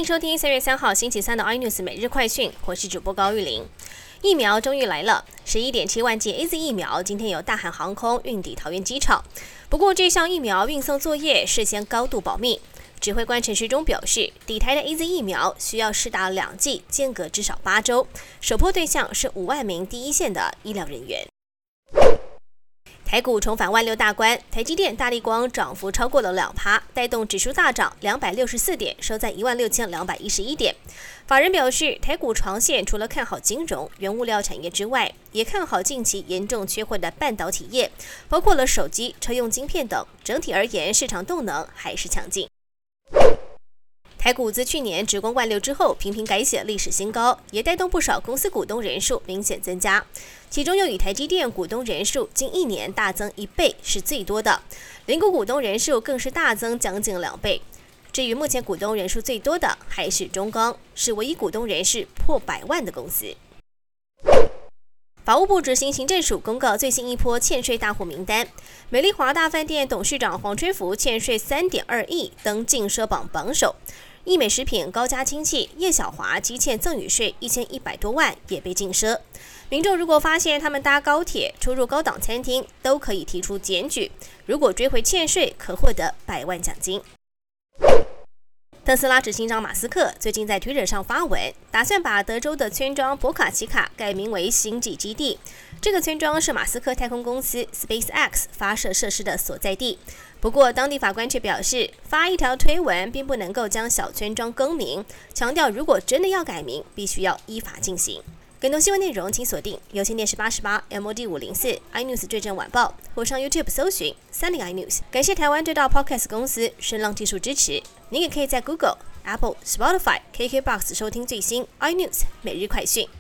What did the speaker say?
收听3月3号星期三的 iNews 每日快讯，我是主播高玉玲。疫苗终于来了，11.7万剂 AZ 疫苗今天由大韩航空运抵桃园机场。不过，这项疫苗运送作业事先高度保密。指挥官陈时中表示，抵台的 AZ 疫苗需要施打2剂，间隔至少8周，首波对象是5万名第一线的医疗人员。台股重返16000大关，台积电、大立光涨幅超过了2%，带动指数大涨264点，收在16211点。法人表示，台股长线除了看好金融、原物料产业之外，也看好近期严重缺货的半导体业，包括了手机、车用晶片等。整体而言，市场动能还是强劲。台股自去年直攻16000之后，频频改写历史新高，也带动不少公司股东人数明显增加。其中又以台积电股东人数近1年大增1倍是最多的，零股股东人数更是大增将近2倍。至于目前股东人数最多的还是中钢，是唯一股东人数破100万的公司。法务部执行行政署公告最新一波欠税大户名单，美丽华大饭店董事长黄春福欠税3.2亿，登禁奢榜榜首。益美食品高家氢气叶小华积欠赠与税1100多万，也被禁奢。民众如果发现他们搭高铁出入高档餐厅，都可以提出检举，如果追回欠税，可获得100万奖金。特斯拉执行长马斯克最近在 Twitter 上发文，打算把德州的村庄博卡奇卡改名为星际基地。这个村庄是马斯克太空公司 SpaceX 发射设施的所在地。不过，当地法官却表示，发一条推文并不能够将小村庄更名，强调如果真的要改名，必须要依法进行。更多新闻内容，请锁定有线电视88 MOD 504 iNews 最正晚报，或上 YouTube 搜寻30 iNews。感谢台湾最大 Podcast 公司声浪技术支持。您也可以在 Google、Apple、Spotify、KKBox 收听最新 iNews 每日快讯。